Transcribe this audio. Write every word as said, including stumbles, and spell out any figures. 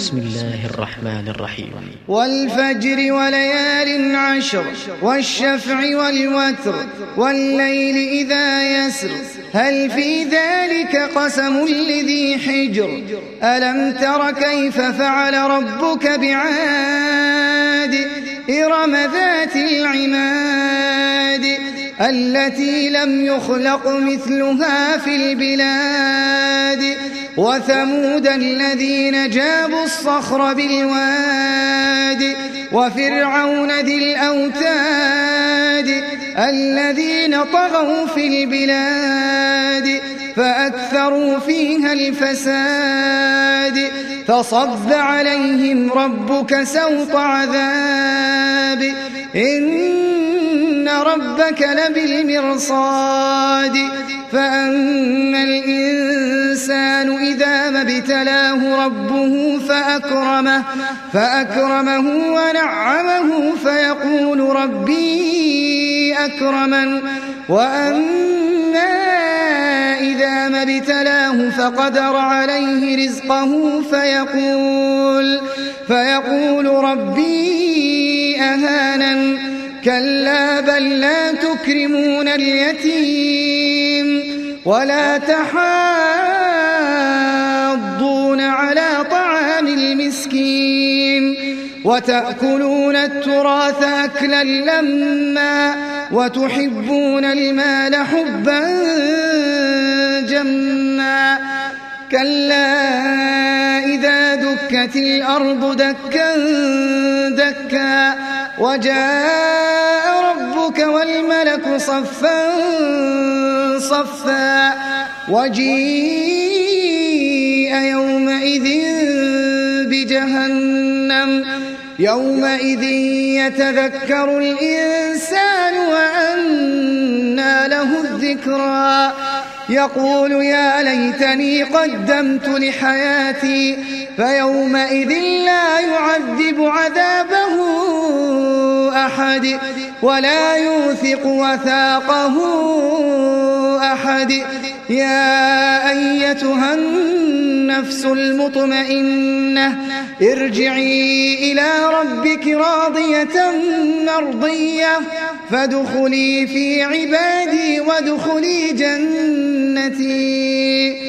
بسم الله الرحمن الرحيم. والفجر وليال عشر والشفع والوتر والليل إذا يسر هل في ذلك قسم لذي حجر ألم تر كيف فعل ربك بعاد إرم ذات العماد التي لم يخلق مثلها في البلاد وثمود الذين جابوا الصخر بالواد وفرعون ذي الأوتاد الذين طغوا في البلاد فأكثروا فيها الفساد فصب عليهم ربك سوط عذاب إن ربك لبالمرصاد فأما الإنسان إذا ما ابتلاه ربه فأكرمه, فأكرمه ونعمه فيقول ربي أكرمن وأما إذا ما ابتلاه فقدر عليه رزقه فيقول, فيقول ربي أهانن كلا بل لا تكرمون اليتيم ولا تحاضون على طعام المسكين وتأكلون التراث أكلا لما وتحبون المال حبا جما كلا إذا دكت الأرض دكا دكا وجاء ربك والملك صفا صفا وجيء يومئذ بجهنم يومئذ يتذكر الإنسان وأنى له الذكرى يقول يا ليتني قدمت لحياتي فيومئذ لا يعذب عذابه أحد ولا يوثق وثاقه أحد يا أيتها النفس المطمئنة ارجعي إلى ربك راضية مرضية فادخلي في عبادي وادخلي جنتي